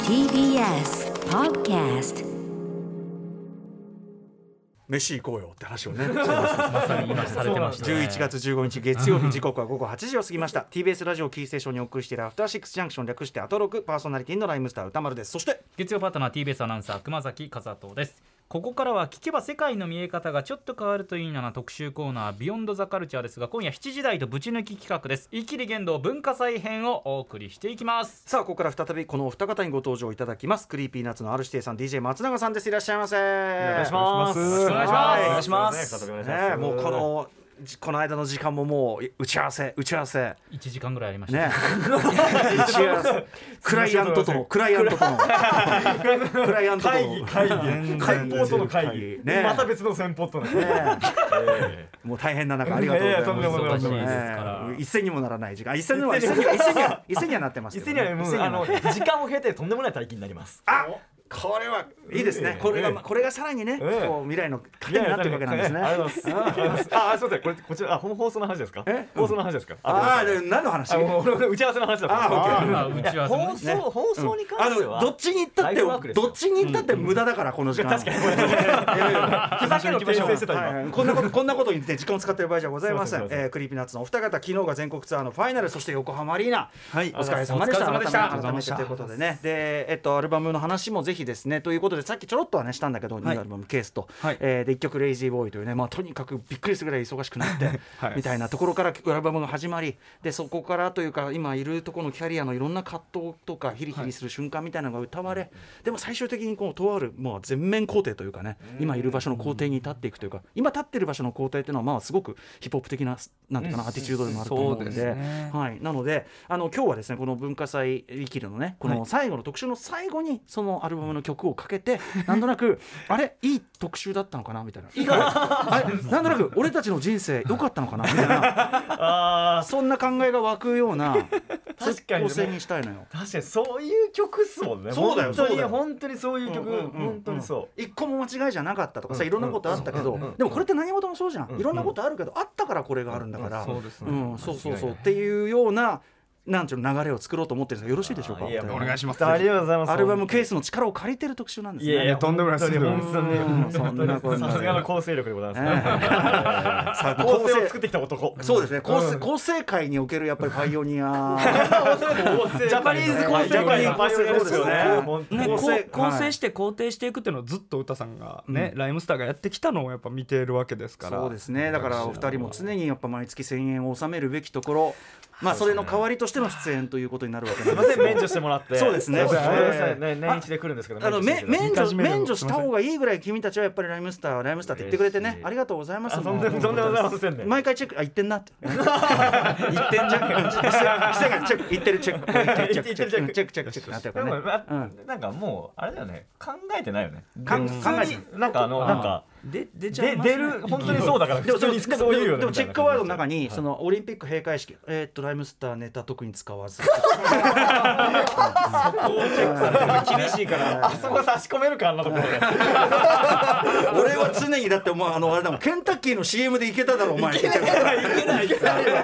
TBS Podcast。 飯行こうよって話をねまさに今されてましたね。 11月15日月曜日、時刻は午後8時を過ぎました。TBS ラジオキーステーションにお送りしているアフターシックスジャンクション、略してアトロク、パーソナリティのライムスター歌丸です。そして月曜パートナー TBS アナウンサー熊崎和人です。ここからは聞けば世界の見え方がちょっと変わるといいな特集コーナービヨンドザカルチャーですが、今夜7時台とぶち抜き企画です。イキリ言動文化祭編をお送りしていきます。 さあ、ここから再びこのお二方にご登場いただきます。クリーピーナッツの R 指定さん、 DJ 松永さんです。いらっしゃいませ。お願いします。 よろしくお願いします。 お願いします。 ね、もうこの間の時間ももう打ち合わせ 1時間ぐらいありましたね。 打ち合わせクライアントとの会報との会議ね、 また別の先方とのもう大変な中ありがとうございます。一斉にもならない時間、一斉にはなってますけど、 一斉には時間を経てとんでもない大金になります。 あ、これはいいですね。これがさらにね、こう未来の糧になっていくわけなんですね。 ありがとうございます。あ、そうですね。こちら放送の話ですか？放送の話ですか？ 何の話？ 打ち合わせの話だった。放送に関してはどっちに行ったって無駄だから、この時間。確かに。 ふざけの訂正してた今。 こんなことに時間を使っている場合じゃございません。クリーピーナッツのお二方、昨日が全国ツアーのファイナル、そして横浜アリーナ、お疲れ様でした。改めてということでね。で、アルバムの話もぜひですねということで、さっきちょろっとはねしたんだけど、ニューアルバムケースと、で1曲レイジーボーイというね、とにかくびっくりするぐらい忙しくなってみたいなところからアルバムが始まり、でそこからというか今いるところのキャリアのいろんな葛藤とかヒリヒリする瞬間みたいなのが歌われ、でも最終的にこうとある全面肯定というかね、今いる場所の肯定に立っていくというか、今立ってる場所の肯定っていうのはすごくヒップホップ的ななんていうかな、アティチュードでもあると思うので、なので今日はですね、この文化祭イキルのね、この最後の特集の最後にそのアルバムの曲をかけて、なんとなくあれいい特集だったのかなみたいな、なんとなく俺たちの人生良かったのかなみたいなそんな考えが湧くような構成にしたいのよ。 確かにそういう曲っすもんね。 そうだよ、 本当にそういう曲、本当にそう。 一個も間違いじゃなかったとかさ、いろんなことあったけど、でもこれって何事もそうじゃん。いろんなことあるけど、あったからこれがあるんだから、そうっていうようななんていう流れを作ろうと思ってるんですが、よろしいでしょうか？ お願いします。 ありがとうございます。 アルバムケースの力を借りてる特集なんですね。 いやとんでもないです。 本当にさすがの構成力でございますね。構成を作ってきた男。 そうですね。構成界におけるやっぱりパイオニア。 ジャパニーズ構成界のパイオニアですよね。 構成して肯定していくっていうのをずっと歌さんがね、ライムスターがやってきたのをやっぱ見ているわけですから。 そうですね。だからお二人も常にやっぱ毎月1000円を納めるべきところ、それの代わりとしての出演ということになるわけです。 すいません、免除してもらって。 そうですね。 年一で来るんですけど、 免除した方がいいぐらい君たちはやっぱりライムスターって言ってくれてね、ありがとうございます。 とんでもございませんね。 毎回チェック、言ってんなって言ってんチェック、言ってるチェック、チェックなってるからね。 なんかもうあれだよね、考えてないよね。 考えてなんか出る、本当にそうだから。でもそういうよね。 でもチェックワードの中にそのオリンピック閉会式、ライムスターネタ特に使わず、そこをチェックされてる。厳しいからあそこ差し込めるか、あんなところで。 俺は常にだってあれだもん、ケンタッキーの CM でいけただろお前。いけないです。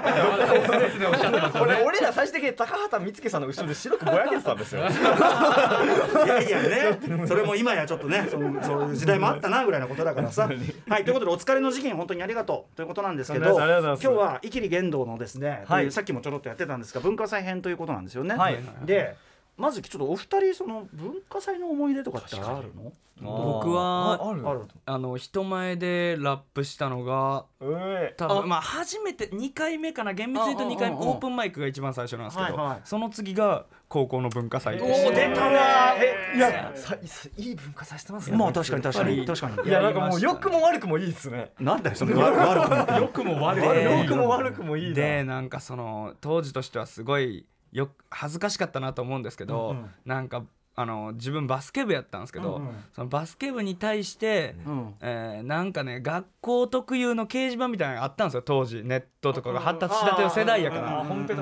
俺ら最終的に高畑充希さんの後ろで白くぼやけてたんですよ。 いやいやね、それも今やちょっとね、そういう時代もあったなぐらいのことだからさ。はい、ということでお疲れの時期に本当にありがとうということなんですけど、今日はイキリ言動のですね、さっきもちょろっとやってたんですが、文化祭編ということなんですよね。でまずちょっとお二人、その文化祭の思い出とかってあるの？ 僕は人前でラップしたのが多分初めて2回目かな、厳密に言うと2回目、オープンマイクが一番最初なんですけど、その次が高校の文化祭でした。 出たわ。 いや、いい文化祭してますね。 確かに。 いや、なんかもう良くも悪くもいいですね。 なんだよそれ。 良くも悪くもいいで、なんかその当時としてはすごい恥ずかしかったなと思うんですけど、なんか自分バスケ部やったんですけど、そのバスケ部に対して、なんかね、学校特有の掲示板みたいなのがあったんですよ。当時ネットとかが発達したての世代やから。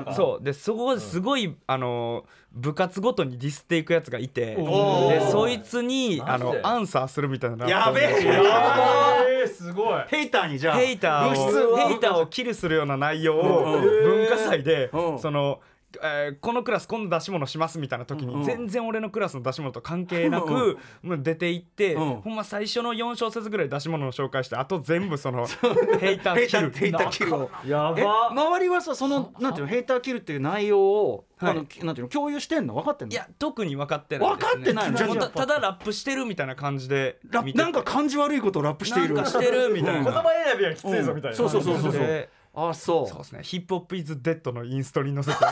そうで、そこですごい部活ごとにディスっていくやつがいて、でそいつにアンサーするみたいな。 やべえ、すごい。 ヘイターにじゃあヘイターをキルするような内容を文化祭でそのこのクラス今度出し物しますみたいな時に全然俺のクラスの出し物と関係なく出ていってほんま最初の4小節ぐらい出し物の紹介してあと全部そのヘイターキルやば周りはさそのなんていうのヘイターキルっていう内容をなんていうの共有してんの分かってんの？ いや特に分かってないですね。 分かってないの？じゃあただラップしてるみたいな感じでなんか感じ悪いことをラップしているなんかしてるみたいな言葉選びがきついぞみたいなそうであそうですねヒップホップイズデッドのインストに載せて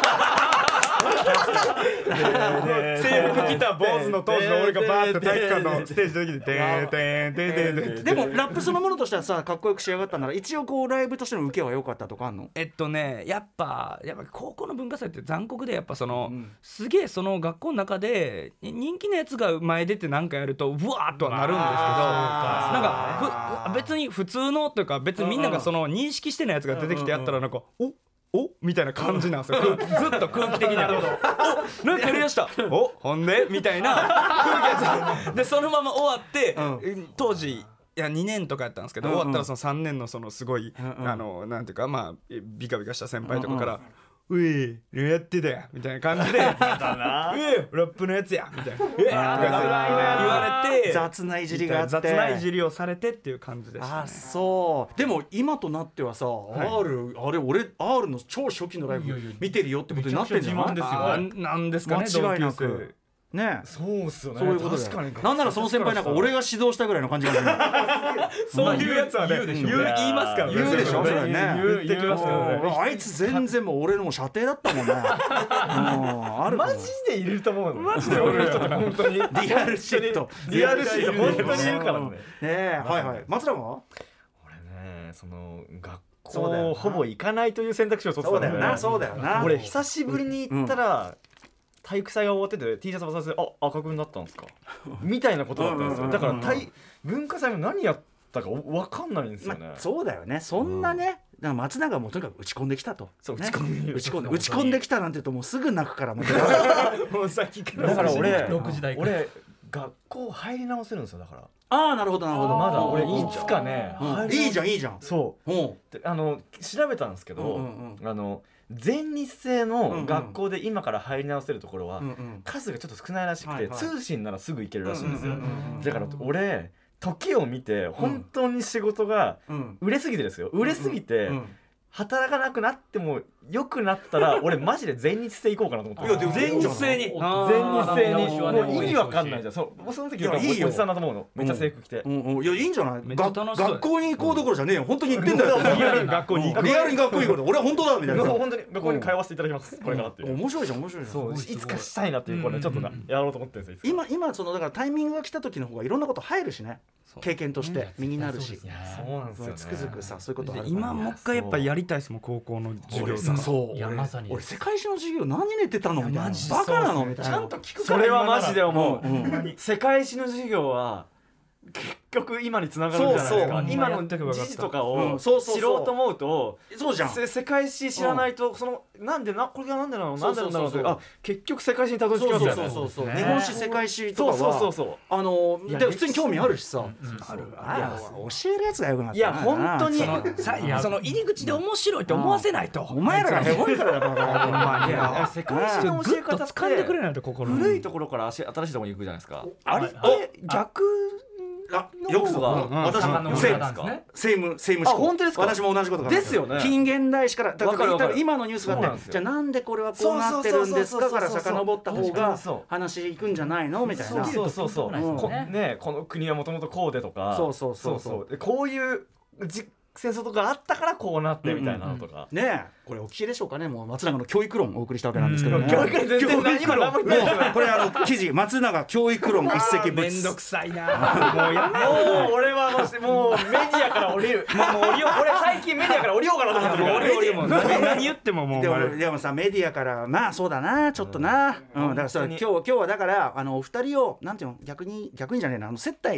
制服着た坊主の当時の俺がバーって体育館のステージの時にでもラップそのものとしてはさかっこよく仕上がったなら一応こうライブとしての受けは良かったとかあんの？ やっぱ高校の文化祭って残酷でやっぱその、すげえその学校の中で人気のやつが前出てなんかやるとうわーっとはなるんですけどなんか別に普通のというか別にみんながその認識してないやつが出てきてやったらなんかおみたいな感じなんですよずっと空気的におなんかやりだしたおほんでみたいな空気でそのまま終わって、当時いや2年とかやったんですけど、終わったらその3年のそのすごい、なんていうかまあビカビカした先輩とかからういやってたやみたいな感じでラップのやつやみたいな言われて雑ないじりがあって雑ないじりをされてっていう感じでしたね。 あそうでも今となってはさ、R 俺 R の超初期のライブ見てるよってことになってんじゃない？ なんですかね間違いなくねそうっすよね。 そういうことだよ。なんならその先輩なんか俺が指導したぐらいの感じがする。 そういうやつはね言いますからね。 言うでしょそれね。 言ってきますからね。 あいつ全然もう俺のも射程だったもんね。 マジでいると思うの。 マジで俺の人とか本当にリアルシットリアルシット本当にいるからね。 はい松田は？ 俺ねその学校ほぼ行かないという選択肢を取ってたんだよね。 そうだよな。 俺久しぶりに行ったら。体育祭が終わってて T シャツ渡されて赤くなったんですかみたいなことだったんですよ。だから文化祭も何やったか分かんないんですよね。 そうだよねそんなねだから松永もとにかく打ち込んできたとそう、 打ち込んできたなんて言うともうすぐ泣くからもうさっきからだから俺学校入り直せるんですよ。だからなるほどまだ俺いつかねいいじゃんそう調べたんですけど全日制の学校で今から入り直せるところは数がちょっと少ないらしくて通信ならすぐ行けるらしいんですよ。だから俺時を見て本当に仕事が売れすぎてですよ売れすぎて働かなくなっても良くなったら俺マジで全日制行こうかなと思って全日制にもう意味わかんないじゃんその時はおじさんだと思うのめっちゃ制服着ていやいいんじゃない学校に行こうどころじゃねえよ本当に行ってんだよリアルに学校に行くリアルに学校に行こう俺は本当だみたいな本当に学校に通わせていただきますこれからっていう面白いじゃんそういつかしたいなっていうこれちょっとやろうと思ってるんですよ今そのだからタイミングが来た時の方がいろんなこと入るしね経験として身になるしそうなんですよねつくづくさそういうことある今もう一回やっぱやりたいですもん高校の授業そう俺世界史の授業何寝てたのみたいなバカなのみたいなちゃんと聞くからそれはマジで思う世界史の授業は結局今につながるんじゃないですか。今の時事とかを知ろうと思うとそうじゃん世界史知らないとそのなんでこれがなんでなのなんでなんだろうって結局世界史にたどり着きますよね。 そう日本史世界史とかは普通に興味あるしさ教えるやつがよくなっていや本当にその入り口で面白いと思わせないとお前らがヘボいからだから世界史の教え方って掴んでくれないと心古いところから新しいところに行くじゃないですか。あれって逆よく私も政務士本当ですか。 私も同じことがですよね。 近現代史から今のニュースがあってじゃあなんでこれはこうなってるんですかから遡った方が話いくんじゃないのみたいなそうねこの国はもともとこうでとかそうこういう戦争とかあったからこうなってみたいなのとかねこれお聞きでしょうかねもう松永の教育論をお送りしたわけなんですけど教育論全然今何も言ってないこれ記事松永教育論一石めんどくさいなもうやめもう俺はもうメディアから降りる俺最近メディアから降りようかなと思ってるから何言ってももうでもさメディアからまあそうだなちょっとなだからさ今日はだからお二人をなんていうの逆にじゃねえな接待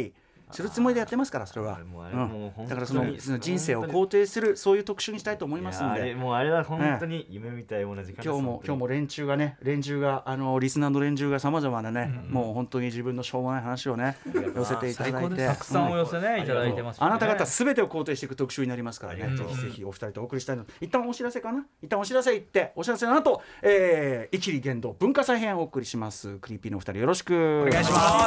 するつもりでやってますから、それは。だからその人生を肯定するそういう特集にしたいと思いますんで。 もうあれは本当に夢みたい同じ感じ。 今日も連中がリスナーの連中がさまざまなね、もう本当に自分のしょうもない話をね寄せていただいて、 たくさんお寄せねいただいてます。 あなた方すべてを肯定していく特集になりますからね、ぜひぜひお二人とお送りしたいので、一旦お知らせかな。一旦お知らせ行って、お知らせの後、イキリ言動文化祭編をお送りします。クリーピーのお二人よろしくお願いします。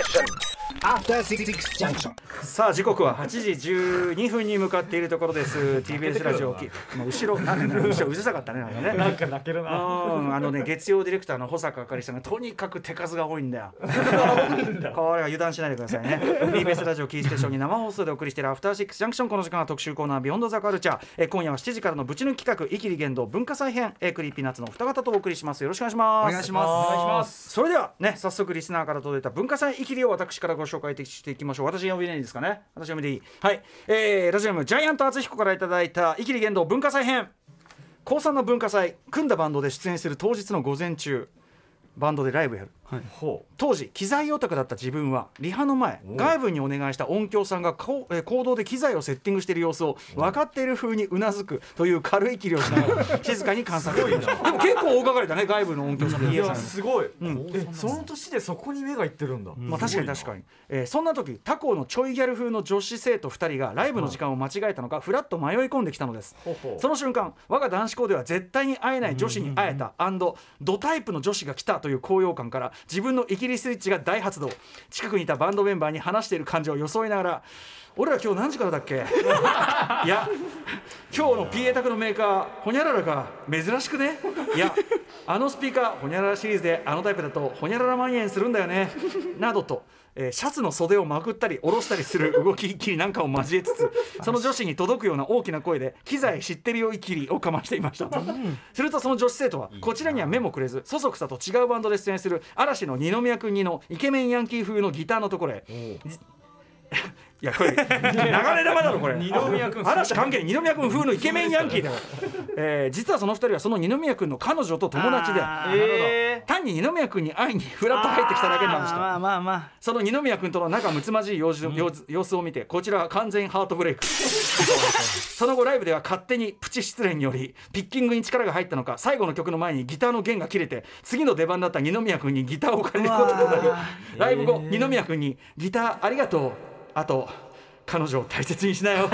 さあ時刻は8時12分に向かっているところです。 TBS ラジオ後ろうるさかったね。 なんか泣けるな。 月曜ディレクターの保坂あかりさんがとにかく手数が多いんだよ。これは油断しないでくださいね。 TBS ラジオキーステーションに生放送でお送りしているアフターシックスジャンクション。この時間は特集コーナービヨンドザカルチャー。今夜は7時からのぶち抜き企画イキリ言動文化祭編、クリーピーナッツのお二方とお送りします。よろしくお願いします。 お願いします。 それではね、早速リスナーから届いた文化祭イキリを私からご紹介していきましょう。私読みでいいですかね。私読みでいい。はい、ラジオネームジャイアント厚彦からいただいたイキリ言動文化祭編。高3の文化祭、組んだバンドで出演する当日の午前中、バンドでライブやる、はい、当時機材オタクだった自分はリハの前、外部にお願いした音響さんが行動で機材をセッティングしている様子を分かっている風にうなずくという軽いキリをしながら静かに観察していました。でも結構大掛かりだね、外部の音響さんのいやすごい、その年でそこに目がいってるんだ、 まあ、確かに、そんな時他校のちょいギャル風の女子生徒2人がライブの時間を間違えたのかフラッと迷い込んできたのです。その瞬間、我が男子校では絶対に会えない女子に会えたドタイプの女子が来たという高揚感から自分のイキリスイッチが大発動。近くにいたバンドメンバーに話している感じを装いながら、俺ら今日何時からだっけいや今日の PA 宅のメーカーホニャララが珍しくね、いやあのスピーカーホニャララシリーズであのタイプだとホニャララ万円するんだよねなどと、シャツの袖をまくったり下ろしたりする動きイキリなんかを交えつつ、その女子に届くような大きな声で機材知ってるよイキリをかましていました。するとその女子生徒はこちらには目もくれず、そそくさと違うバンドで出演する嵐の二宮君にのイケメンヤンキー風のギターのところへいやこれ流れ玉だろこれ。 二宮君嵐関係二宮君風のイケメンヤンキーだよ、実はその2人はその二宮君の彼女と友達で、単に二宮君に会いにフラッと入ってきただけなんでした。その二宮君との仲睦まじい様子を見てこちらは完全ハートブレイクその後ライブでは勝手にプチ失恋によりピッキングに力が入ったのか、最後の曲の前にギターの弦が切れて次の出番だった二宮君にギターを借りることとなり、ライブ後二宮君にギターありがとう、あと彼女を大切にしなよ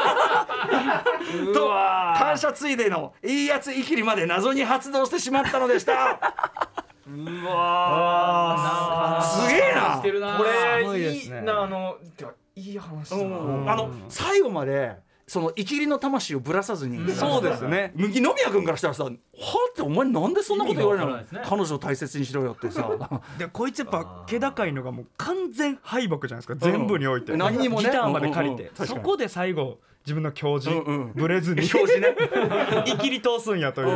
と感謝ついでのいいやつイキリまで謎に発動してしまったのでした。 うわすげえなこれいいないい話だな。 最後までそのイキリの魂をぶらさずに、 そうですね、 二宮君からしたらさ、はってお前なんでそんなこと言われるの、彼女を大切にしろよってさでこいつやっぱ気高いのがもう完全敗北じゃないですか、全部において、 何にもねギターまで借りて、そこで最後自分の教授、ブレずに教授ねイキリ通すんやという。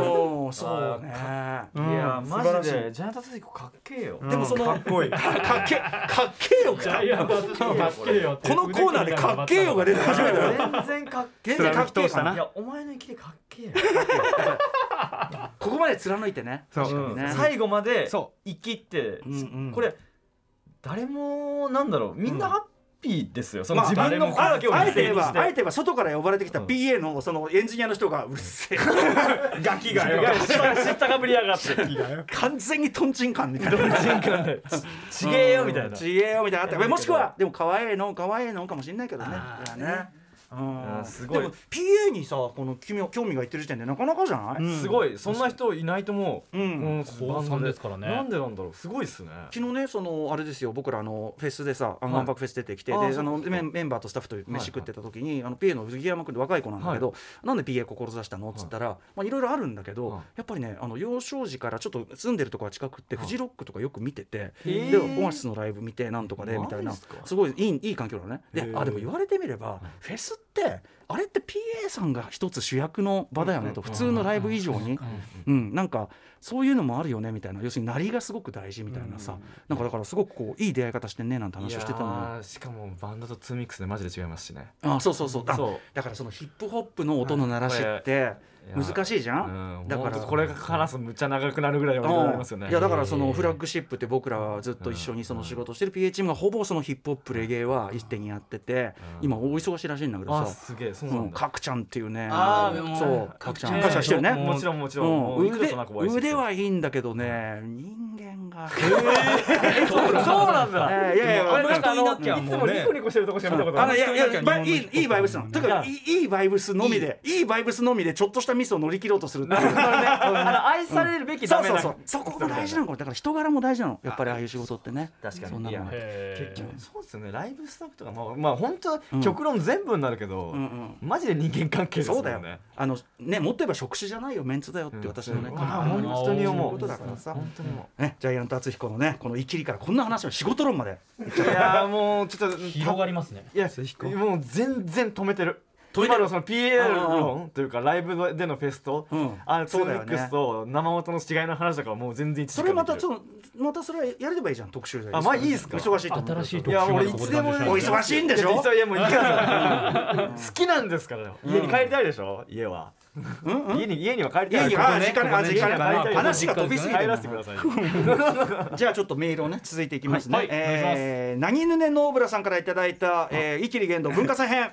そうね、 いやマジでジャイアント厚彦かっけえよ。 でもそのかっこいいかっけえよ、 ジャイアント厚彦かっけえよってこのコーナーでかっけえよが出て初めてだよ。 全然かっけえ、 かっけえかな。 いやお前のイキリかっけえよここまで貫いてね、 確かにね、 最後まで生きってこれ誰もなんだろう、みんなハッピーですよ、その自分の声だけをあえて言えば外から呼ばれてきた PA のそのエンジニアの人がうるせえガキがよ知ったかぶりやがって完全にトンチンカンみたいなちげえよみたいなちげえよみたいなあった。もしくはでも可愛いのかもしれないけどね。 すごい。 でも PA にさこの興味がいってる時点でなかなかじゃない？ すごい、そんな人いないと思う。 高3ですからね。 なんでなんだろう、すごいっすね。 昨日ね、そのあれですよ、僕らフェスでさ、万博フェス出てきて、でメンバーとスタッフと飯食ってた時にPA の杉山君って若い子なんだけど、なんで PA 志したのっつったら、いろいろあるんだけど、やっぱりね幼少時からちょっと住んでるとこが近くってフジロックとかよく見てて、でオアシスのライブ見てなんとかでみたいな、すごいいい環境だね。ででも言われてみればフェスってあれって PA さんが一つ主役の場だよねと、普通のライブ以上に、なんかそういうのもあるよねみたいな、要するに鳴りがすごく大事みたいなさ、なんかだからすごくこういい出会い方してんねなんて話をしてたのよ。 しかもバンドと2ミックスでマジで違いますしね。 そうだからそのヒップホップの音の鳴らしって難しいじゃん。だからこれ話すむっちゃ長くなるぐらいはありますよね。 いやだからそのフラッグシップって僕らはずっと一緒にその仕事してる PA チームがほぼそのヒップホップレゲエは一手にやってて、今大忙しいらしいんだけどさ、 すげえそうなんだ。 角ちゃんっていうね、 そう角ちゃん感謝してるね。 もちろん腕はいいんだけどね、人間がそうなんだ。 いやいやいつもニコニコしてるとこしか見たことない。 いいバイブスなの。というかいいバイブスのみでちょっとしたミスを乗り切ろうとするっていう。 愛されるべきダメな。 そこが大事なの。だから人柄も大事なの。やっぱりああいう仕事ってね。 確かに。 そんなの。 結局そうですよね。ライブスタッフとかまあ本当極論全部になるけど、マジで人間関係ですよね。 そうだよ。ね、もっと言えば職種じゃないよ、メンツだよって私のね。 本当に思う。 ことだからさ。ジャイアント厚彦のねこのイキリからこんな話を仕事論まで。 いやもうちょっと広がりますね。 いやもう全然止めてる。今のその PA 論というかライブでのフェスとトーネックスと生音の違いの話とかはもう全然それまたそれやれればいいじゃん、特集で。 まあいいですか。 忙しいと思う。 新しい特集。 いや俺いつでもお忙しいんでしょ。 いやもう好きなんですからよ。家に帰りたいでしょ。家は家には帰りたい。 話が飛びすぎて帰らせてください。 じゃあちょっとメールをね続いていきますね。なぎぬねノーブラさんからいただいたイキリ言動文化祭編。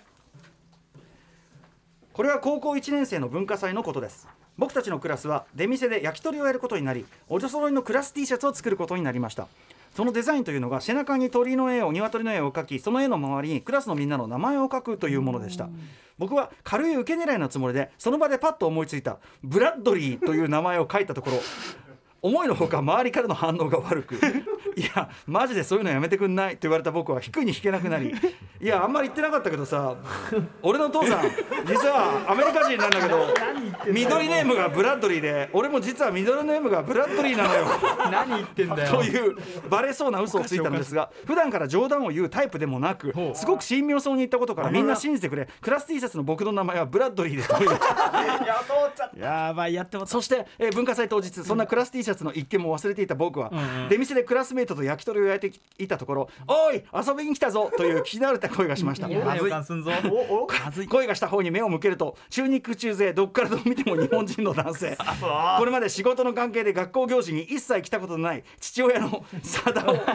これは高校1年生の文化祭のことです。僕たちのクラスは出店で焼き鳥をやることになり、お揃いのクラス T シャツを作ることになりました。そのデザインというのが背中に鶏の絵を鶏の絵を描き、その絵の周りにクラスのみんなの名前を書くというものでした。僕は軽い受け狙いのつもりでその場でパッと思いついたブラッドリーという名前を書いたところ、思いのほか周りからの反応が悪くいやマジでそういうのやめてくんないと言われた僕は引くに引けなくなり、いやあんまり言ってなかったけどさ、俺の父さん実はアメリカ人なんだけど緑ネームがブラッドリーで、俺も実は緑ネームがブラッドリーなのよ何言ってんだよというバレそうな嘘をついたんですが、普段から冗談を言うタイプでもなく、すごく神妙そうに言ったことからみんな信じてくれ、クラス T シャツの僕の名前はブラッドリーでというやばいやってます。 そして、文化祭当日、そんなクラス T シャツの一件も忘れていた僕は、出店でクラスメイトと焼き鳥を焼いていたところ、おい遊びに来たぞという聞き慣れた声がしました。声がした方に目を向けると、中肉中背どっからどう見ても日本人の男性これまで仕事の関係で学校行事に一切来たことのない父親のサダオが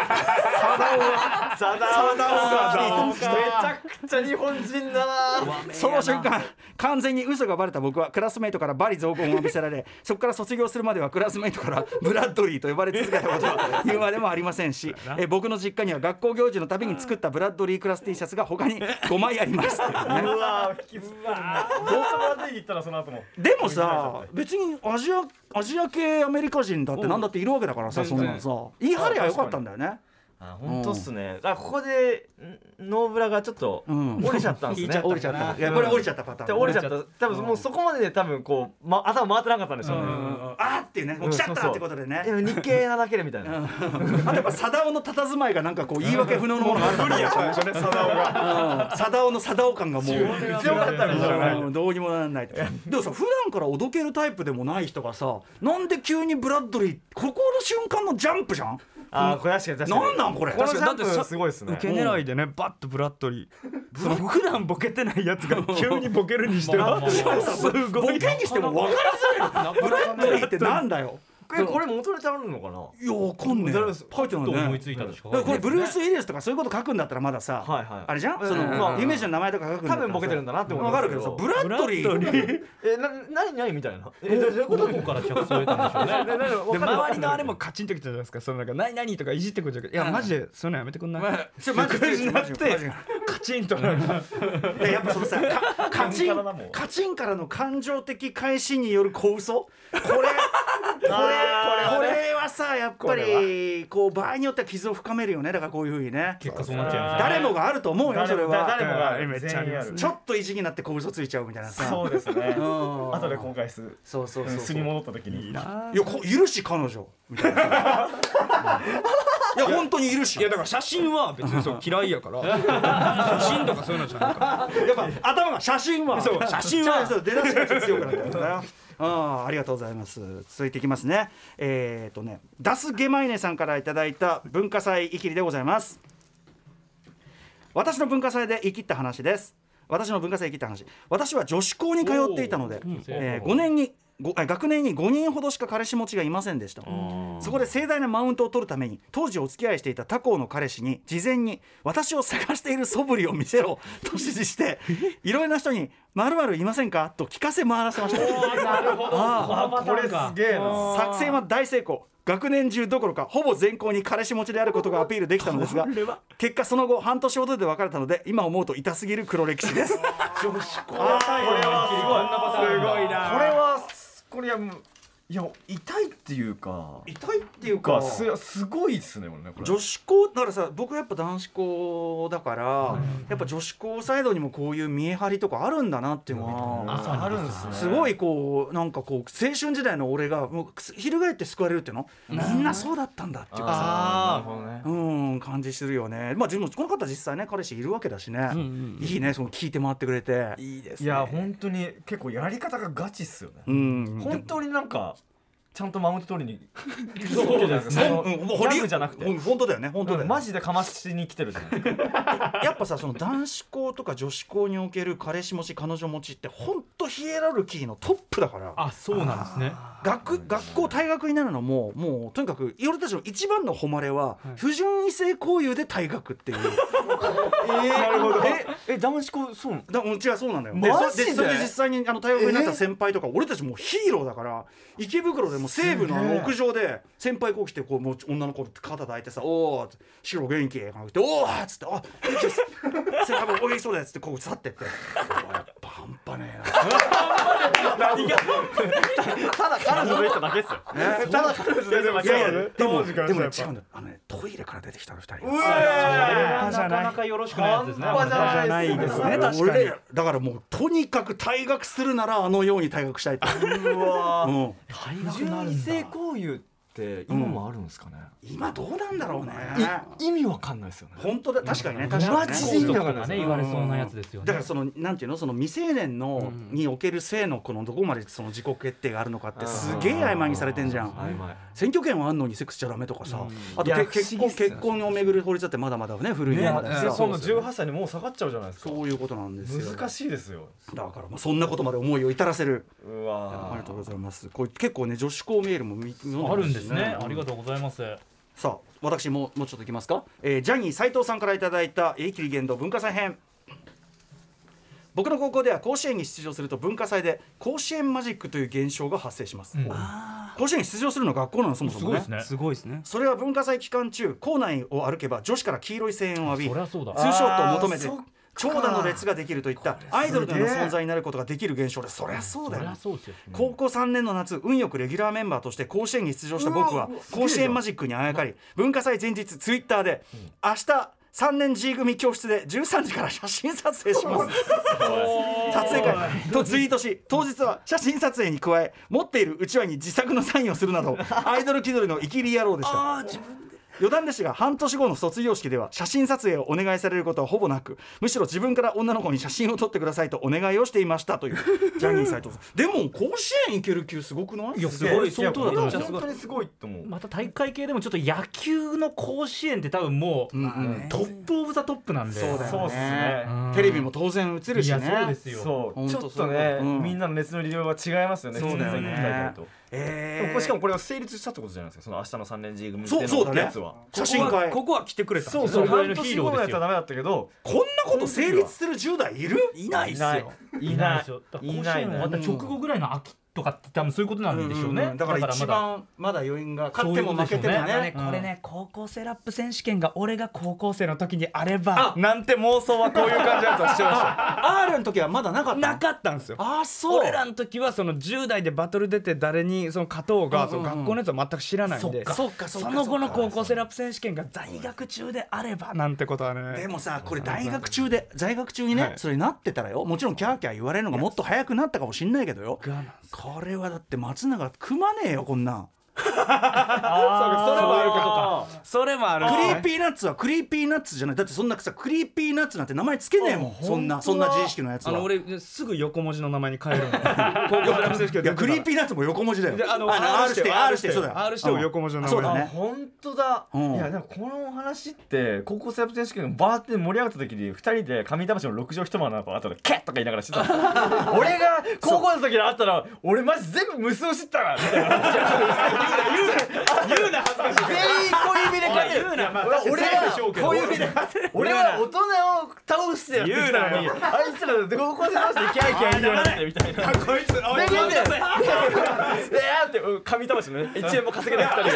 めちゃくちゃ日本人だな。 その瞬間完全に嘘がバレた僕はクラスメイトから罵詈雑言を浴びせられ、そこから卒業するまではクラスメイトからブラッドリーと呼ばれ続けたことは言うまでもありませんし、僕の実家には学校行事のたびに作ったブラッドリークラス T シャツが他に5枚ありますっていうね。 うわ引きずったな。どうブラッドリー行ったらその後もでもさ別にアジア系アメリカ人だってなんだっているわけだからさ、そんなのさ言い張ればよかったんだよね。 本当っすね。ここでノーブラがちょっと折れちゃったんですね。 折れちゃった。いやこれ折れちゃったパターン。 折れちゃった。多分もうそこまでで多分こう頭回ってなかったんでしょうね。 あーっていうね、もう来ちゃったってことでね。 日系なだけでみたいな。 あとやっぱサダオの佇まいがなんかこう言い訳不能のものがあったんですよね。サダオが。サダオのサダオ感がもう強かったんでしょうね。 どうにもならない。でもさ普段からおどけるタイプでもない人がさ、なんで急にブラッドリー、ここの瞬間のジャンプじゃん。 これ確かになんなんこれ。 このジャンプすごいですね。 受け狙いでねバッとブラッドリー、その普段ボケてないやつが急にボケるにしてはすごいボケにしても分からずブラッドリーってなんだよ。 これ元ネタあるのかな。 いやわかんねえ。書いてないね。 思いついたでしょ。 これブルース・ウィリスとかそういうこと書くんだったらまださ、あれじゃん、その有名人の名前とか書くんだったら多分ボケてるんだなって思う。 分かるけどさ、ブラッドリー何みたいな。 どういうから着想を得たんでしょうね。 で周りのあれもカチンときたじゃないですか。そのなんか何とかいじってくるじゃん。いやマジでそういうのやめてくんない。マジでカチンとなる。 やっぱそのさカチンからの感情的返しによる小嘘。これはさやっぱりこう場合によっては傷を深めるよね。だからこういう風にね。 結果そうなっちゃいます。 誰もがあると思うよそれは。 誰もがめっちゃあります。 ちょっと意地になって小嘘ついちゃうみたいなさ。 そうですね。後で後悔する。 そう素に戻った時にいやいるし彼女みたいな。いや本当にいるし。 いやだから写真は別にそう嫌いやから写真とかそういうのじゃないから。 やっぱ頭が写真はそう写真は出だしが強くなったんだよ。ありがとうございます。続いていきますね。ダスゲマイネさんからいただいた文化祭イキリでございます。私の文化祭でイキった話です。 私の文化祭行った話。私は女子校に通っていたので、学年に5人ほどしか彼氏持ちがいませんでした。そこで盛大なマウントを取るために当時お付き合いしていた他校の彼氏に事前に私を探している素振りを見せろと指示していろいろな人に〇〇いませんかと聞かせ回らせました。 なるほど。 これすげえな。 作戦は大成功。学年中どころかほぼ全校に彼氏持ちであることがアピールできたのですが、結果その後半年ほどで別れたので今思うと痛すぎる黒歴史です。 女子校これはすごいな。これはもういや痛いっていうかすごいっすねこれ。 女子校だからさ、僕やっぱ男子校だから、やっぱ女子校サイドにもこういう見え張りとかあるんだなっていうのはあるんですね。 すごいこうなんかこう青春時代の俺がもう翻って救われるっていうの、みんなそうだったんだっていうかさ、感じするよね。まあでもこの方実際ね彼氏いるわけだしね、いいね、その聞いて回ってくれていいですね。 いや本当に結構やり方がガチっすよね。本当になんかちゃんとマウント取りにそうですね。 ギャグじゃなくて本当だよね、本当だよね。 マジでかましに来てるじゃないやっぱさ、その男子校とか女子校における彼氏持ち彼女持ちって本当ヒエラルキーのトップだから。 あ、そうなんですね。 学校退学になるのももうとにかく俺たちの一番の誉れは、不純異性交友で退学っていう。 なるほど。男子校そう違う、そうなんだよ。 マジでそれで実際に退学になった先輩とか、俺たちもうヒーローだから、池袋でも西部の屋上で先輩こう来てこうもう女の子肩抱いてさ、おー白元気がっておーっつって、あ元気です先輩お元気そうだよっつってこう去ってってやっぱ半端ねえな。 何がただ彼女できただけっすよ。ただ彼女できただけ。 でもね違うんだよ。トイレから出てきたの2人。 なかなかよろしくないやつですね。 半端じゃないですね。 確かに。だからもうとにかく退学するならあのように退学したいと。 うわ。不純異性交友って今もあるんですかね。 今どうなんだろうね。 意味わかんないですよね。 本当だ、確かにね、確かにね。 マジで意味わかんないね、言われそうなやつですよね。 だからそのなんていうの、その未成年のにおける性のこのどこまでその自己決定があるのかってすげえ曖昧にされてんじゃん。選挙権はあんのにセックスしちゃダメとかさ、あと結婚をめぐる法律だってまだまだね古いままだし、 その18歳にもう下がっちゃうじゃないですか。 そういうことなんですよ。 難しいですよ。 だからまあそんなことまで思いを至らせる。 うわ、 ありがとうございます。これ結構ね女子校メールもあるんですね。ありがとうございます。 さあ私もうちょっといきますか。ジャニー斉藤さんからいただいたイキリ言動文化祭編。僕の高校では甲子園に出場すると文化祭で甲子園マジックという現象が発生します。甲子園に出場するのは学校なの、そもそもね。 すごいですね。 それは文化祭期間中校内を歩けば女子から黄色い声援を浴び、ツーショットを求めて長蛇の列ができるといったアイドルのような存在になることができる現象です。そりゃそうだよ。高校3年の夏、運よくレギュラーメンバーとして甲子園に出場した僕は甲子園マジックにあやかり、文化祭前日ツイッターで明日3年 G 組教室で13時から写真撮影します撮影会とツイートし、当日は写真撮影に加え持っているうちわに自作のサインをするなどアイドル気取りのイキリ野郎でした。余談ですが半年後の卒業式では写真撮影をお願いされることはほぼなく、むしろ自分から女の子に写真を撮ってくださいとお願いをしていましたというジャニー斉藤さん。でも甲子園行ける級すごくない？ いやすごい、相当だと思う。 本当にすごいと思う。 また大会系でもちょっと野球の甲子園って多分もうトップオブザトップなんで。 そうだよね。 テレビも当然映るしね。 そうですよ。 そうちょっとね、みんなの熱の利用は違いますよね。 そうだよね。 しかもこれは成立したってことじゃないですか。その明日の3年 G 組ってのやつは写真会ここは来てくれた。 そうそう、半年後のやつはダメだったけど、 こんなこと成立する10代いる？ いないっすよ。 いない。甲子園終わった直後ぐらいの秋とかって多分そういうことなんでしょうね。 だから一番まだ余韻が勝っても負けてもね。 これね、高校生ラップ選手権が俺が高校生の時にあればなんて妄想はこういう感じのやつはしてました。 R の時はまだなかった？ なかったんですよ。 そう。 俺らの時はその10代でバトル出て誰にその勝とうがその学校のやつは全く知らないんで、その後の高校生ラップ選手権が在学中であればなんてことはね。 でもさ、これ在学中にね、それなってたらよ、もちろんキャーキャー言われるのがもっと早くなったかもしんないけどよ、これはだって松永組まねえよこんなん。 それれもある。 クリーピーナッツはクリーピーナッツじゃない。だってそんなさクリーピーナッツなんて名前つけねえもん。そんな自意識のやつは。 俺すぐ横文字の名前に変えるの。高校ラップ選手権いやクリーピーナッツも横文字だよ。R してそうだよ。 R しても横文字の名前。 そうだね。 本当だ。いやでもこの話って高校ラップ選手権バーって盛り上がった時に2人で上板橋の6畳一間の後でキャッとか言いながらしてた。俺が高校の時に会ったら俺マジ全部無双してたわみたいな話。 言うな恥ずかしい。 全員小指で勝てる。俺は大人を倒してやってきたのに、あいつら高校生倒してキャイキャイ言いながらみたいな。こいつおいって上板橋のね1円も稼げない2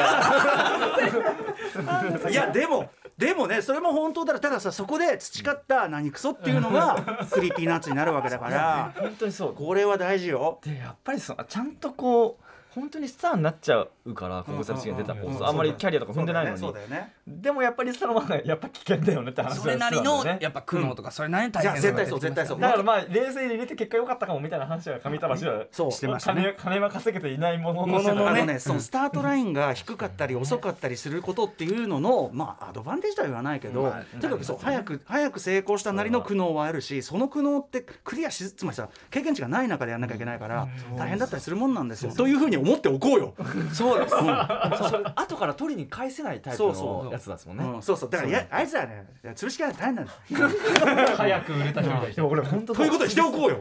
人が。 いやでもねそれも本当だ。たださそこで培った何クソっていうのがクリーピーナッツになるわけだから本当にそう。 これは大事よ。 でやっぱりちゃんとこう本当にスターになっちゃうから高校生の試験出た子あんまりキャリアとか踏んでないのに、でもやっぱりそのままやっぱ危険だよねって話それなりのやっぱ苦悩とかそれなりに大変絶対そう絶対そう。 だからまあ冷静に入れて結果良かったかもみたいな話は上板橋はしてましたね。金は稼げていないもののねそのスタートラインが低かったり遅かったりすることっていうののまあアドバンテージとは言わないけどとにかくそう早く成功したなりの苦悩はあるしその苦悩ってクリアしつまりさ経験値がない中でやんなきゃいけないから大変だったりするもんなんですよというふうに思っておこうよ。 そうです。それ後から取りに返せないタイプのやつですもんね。 そうだからあいつらね潰しきらない大変なんだ。 早く売れた人みたいな。 でもこれ本当ということでしておこうよ。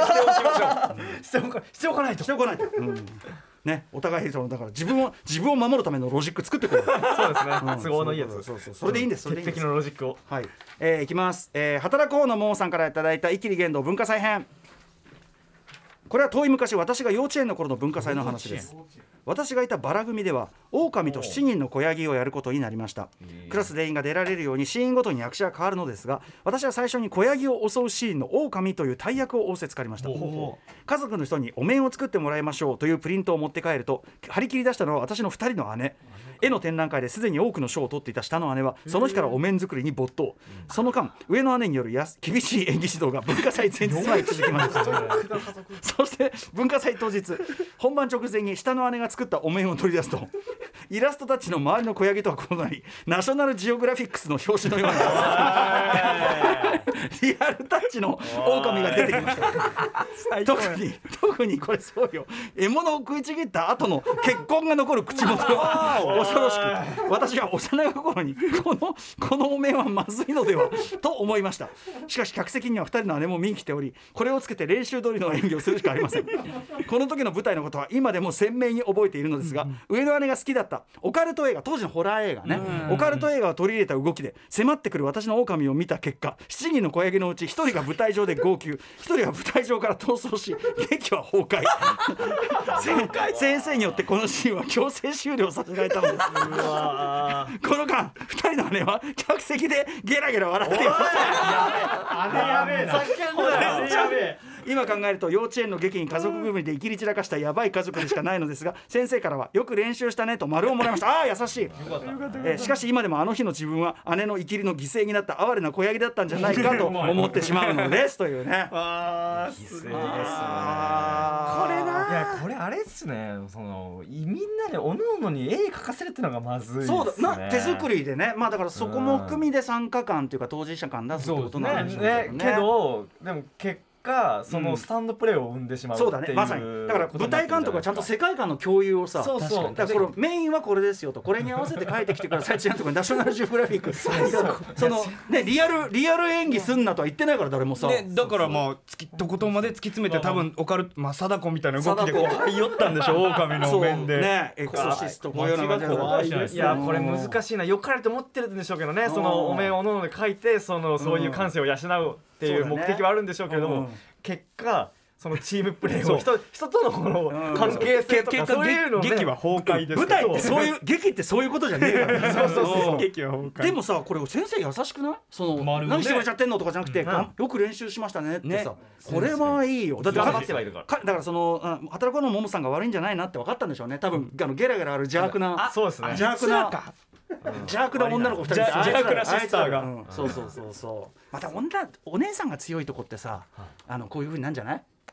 しておかないと。 ねお互いだから自分を守るためのロジック作ってこう。 そうですね。都合のいいやつ。 それでいいんです。 鉄壁のロジックを。 はい。いきます。働こうのももさんからいただいたイキリ言動文化祭編。これは遠い昔私が幼稚園の頃の文化祭の話です。私がいたバラ組では狼と7人の子ヤギをやることになりました。クラス全員が出られるようにシーンごとに役者が変わるのですが私は最初に子ヤギを襲うシーンの狼という大役を仰せつかりました。家族の人にお面を作ってもらいましょうというプリントを持って帰ると張り切り出したのは私の2人の姉。絵の展覧会ですでに多くの賞を取っていた下の姉はその日からお面作りに没頭。その間上の姉による厳しい演技指導が文化祭前日まで続きました。そして文化祭当日本番直前に下の姉が作ったお面を取り出すとイラストたちの周りの子ヤギとは異なりナショナルジオグラフィックスの表紙のようなリアルタッチの狼が出てきました。特にこれそうよ獲物を食いちぎった後の血痕が残る口元が恐ろしく私は幼い頃にこのお面はまずいのではと思いました。しかし客席には2人の姉も見に来ておりこれをつけて練習通りの演技をするしかありません。この時の舞台のことは今でも鮮明に覚えているのですが、上の姉が好きだったオカルト映画当時のホラー映画ねオカルト映画を取り入れた動きで迫ってくる私の狼を見た結果7人の子ヤギのうち1人が舞台上で号泣1人は舞台上から逃走し劇は崩壊先生によってこのシーンは強制終了させられたのです。この間2人の姉は客席でゲラゲラ笑っていました。 姉やべえな。 今考えると幼稚園の劇に家族組で生きり散らかしたやばい家族でしかないのですが先生からはよく練習したねと丸をもらいました。ああ優しい。しかし今でもあの日の自分は姉の生きりの犠牲になった哀れな子ヤギだったんじゃないかと思ってしまうのですというね。 あーすごいですね。これないやこれあれっすねみんなでおのおのに絵描かせるってのがまずいですね。 そうだ手作りでねだからそこも含みで参加感というか当事者感出すってことなんでしょうね。 けどでも結果そのスタンドプレーを生んでしまうっていう、 そうだねまさにだから舞台監督はちゃんと世界観の共有をさそうだからこのメインはこれですよとこれに合わせて書いてきてくださいちゃんとナショナルジオグラフィックそのねリアル演技すんなとは言ってないから誰もさ、 ね、だからまあとことんまで突き詰めて多分オカルト貞子みたいな動きでこう入よったんでしょ狼の面でねエクソシストこういうような感じでいやこれ難しいなよかれと思ってるんでしょうけどねそのお面をおのおので書いてそういう感性を養うっていう目的はあるんでしょうけれども結果そのチームプレーを人とのこの関係性とかそういうのね劇は崩壊です。 舞台ってそういう劇ってそういうことじゃねえからそう劇は崩壊。 でもさこれ先生優しくない何してくれちゃってんのとかじゃなくてよく練習しましたねってさこれはいいよだって頑張ってはいるからだからその働くのももさんが悪いんじゃないなって分かったんでしょうね多分ゲラゲラある邪悪なそうですね邪悪な女の子2人邪悪なシスターがそうまたお姉さんが強いとこってさこういう風になんじゃない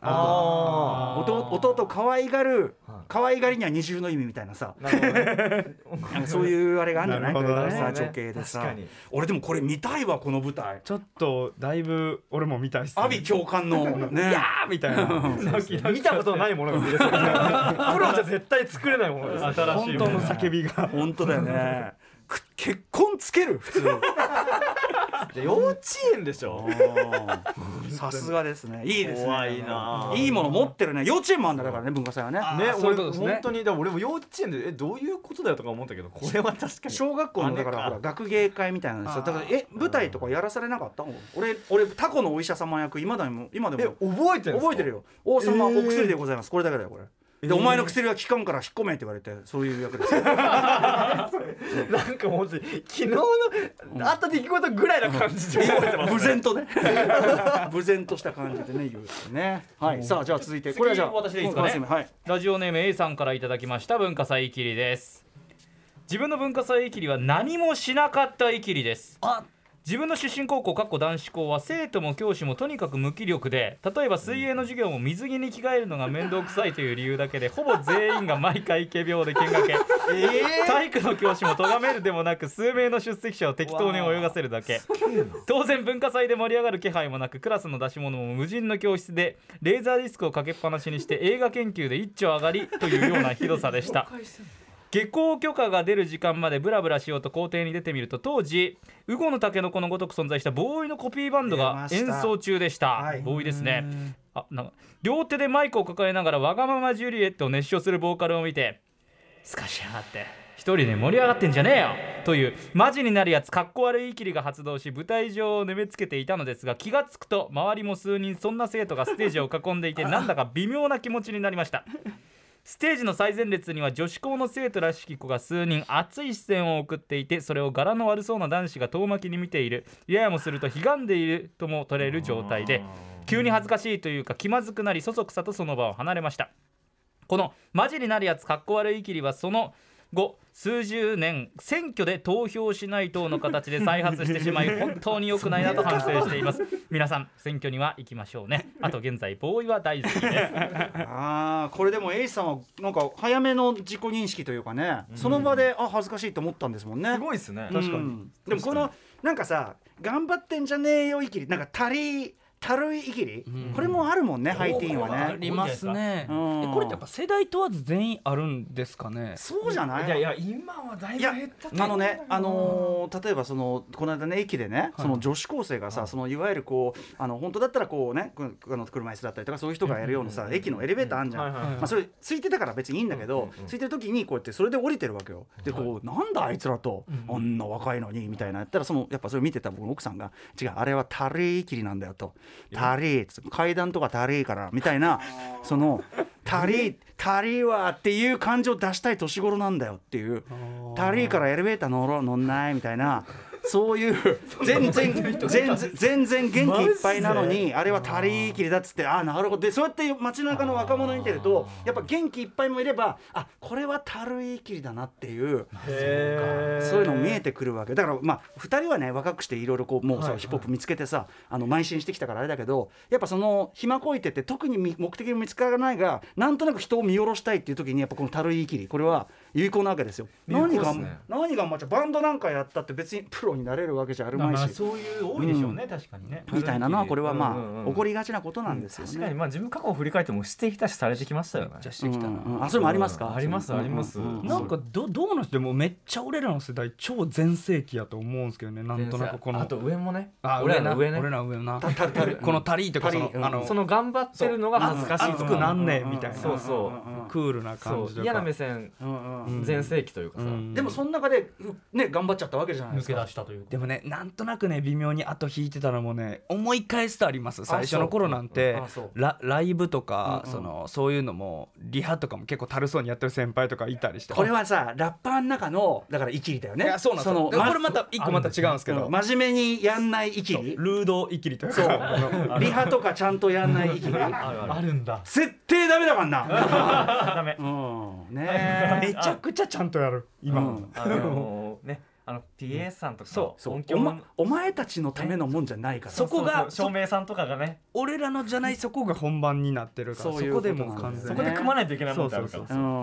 弟可愛がる、可愛がりには二重の意味みたいなさ、そういうあれがあるんじゃない？これがさ女系でさ。俺でもこれ見たいわ、この舞台。 ちょっとだいぶ俺も見たいっすね。 阿鼻共感のね、 いやーみたいな見たことないものが見れそうですね。プロじゃ絶対作れないものです。 新しい本当の叫びが本当だよね。結婚つける普通。 幼稚園でしょ。 さすがですね。いいですね。 怖いな。 いいもの持ってるね。幼稚園もあんだからね、文化祭はね。 ね、俺本当にだ、俺も幼稚園でどういうことだよとか思ったけど、これは確かに小学校のだからほら学芸会みたいなのさ、だから舞台とかやらされなかった？俺タコのお医者様役今でも覚えてるよ。王様お薬でございます。これだけだよこれ。でお前の薬は効かんから引っ込めって言われて、そういう役ですよ。なんか本当に昨日のあった出来事ぐらいな感じで覚えてます、ね。 無然とね無然とした感じでね言うね。はい。さあじゃあ続いてこれはじゃあ私でいいですかね。はい、ラジオネーム A さんからいただきました文化祭いきりです。自分の文化祭いきりは何もしなかったいきりです。自分の出身高校男子校は生徒も教師もとにかく無気力で、例えば水泳の授業も水着に着替えるのが面倒くさいという理由だけでほぼ全員が毎回仮病で見学体育の教師も咎めるでもなく数名の出席者を適当に泳がせるだけ。当然文化祭で盛り上がる気配もなく、クラスの出し物も無人の教室でレーザーディスクをかけっぱなしにして映画研究で一丁上がりというようなひどさでした。下校許可が出る時間までブラブラしようと校庭に出てみると、当時ウゴのタケノコのごとく存在したボーイのコピーバンドが演奏中でした。ボーイですね。なんか両手でマイクを抱えながらわがままジュリエットを熱唱するボーカルを見て、すかしやがって一人で盛り上がってんじゃねえよというマジになるやつかっこ悪いきりが発動し、舞台上を眠めつけていたのですが、気がつくと周りも数人そんな生徒がステージを囲んでいて、なんだか微妙な気持ちになりました。ステージの最前列には女子校の生徒らしき子が数人熱い視線を送っていて、それを柄の悪そうな男子が遠巻きに見ている、ややもすると悲んでいるとも取れる状態で、急に恥ずかしいというか気まずくなり、そそくさとその場を離れました。このマジになるやつかっこ悪いきりはその後数十年選挙で投票しない等の形で再発してしまい、本当に良くないなと反省しています。皆さん選挙には行きましょうね。あと現在ボーイは大好きですこれでもエイさんはなんか早めの自己認識というかね、その場で恥ずかしいと思ったんですもんね。 すごいですね。確かに。 でもこのなんかさ、頑張ってんじゃねえよいきり、なんかたるいいきり、これもあるもんね。ハイティーンはねありますね。これってやっぱ世代問わず全員あるんですかね。 そうじゃない？ いや今はだいぶ減ったと思う。 例えばこの間ね駅でね、その女子高生がさ、そのいわゆるこう本当だったらこうね車椅子だったりとかそういう人がやるようなさ、駅のエレベーターあんじゃん。それついてたから別にいいんだけど、ついてる時にこうやってそれで降りてるわけよ。でこうなんだあいつらとあんな若いのにみたいなやったら、やっぱそれ見てた僕の奥さんが、違うあれはたるいきりなんだよと、たり階段とかたりからみたいな、そのたりはっていう感情を出したい年頃なんだよっていう、たりからエレベーター乗んないみたいな、そういう全然元気いっぱいなのに、あれはたりきりだっつって、なるほど。でそうやって街中の若者見てると、やっぱ元気いっぱいもいれば、これはたるいきりだなっていう、そういうの見えてくるわけだから。2人はね若くしていろいろこうもうさ、ヒップホップ見つけてさ邁進してきたからあれだけど、やっぱその暇こいてて特に目的も見つからないが、なんとなく人を見下ろしたいっていう時に、やっぱこのたるいきり、これは有効なわけですよ。何がバンドなんかやったって別にプロになれるわけじゃあるまいし、 そういう多いでしょうね、確かにねみたいなのは、これは起こりがちなことなんですよね。 確かに自分過去を振り返ってもしてきたしされてきましたよね。 してきたな。 それもありますか？ あります。 なんかどうの人もめっちゃ俺らの世代超全盛期やと思うんですけどね。なんとなくこのあと上もね、 俺らの上なこのタリとかその頑張ってるのが恥ずかしい、 熱くなんねえみたいな、 そうクールな感じとか嫌な目線、全盛期というかさ。 でもその中でね頑張っちゃったわけじゃないですか。 抜け出したというか。 でもね、なんとなくね微妙に後引いてたのもね思い返すとあります。最初の頃なんてライブとかそういうのもリハとかも結構たるそうにやってる先輩とかいたりして、 これはさラッパーの中のだからイキリだよね。 いやそうなんですよ。これまた一個また違うんですけど、 真面目にやんないイキリ、 ルードイキリというか、 リハとかちゃんとやんないイキリあるんだ。 絶対ダメだからな。 ダメ。 ねめちゃくちゃちゃんとやる今。 PA さんとかお前たちのためのもんじゃないから、 そこが照明さんとかがね俺らのじゃない、そこが本番になってるから、そこでもう完全にそこで組まないといけないもんってあるから、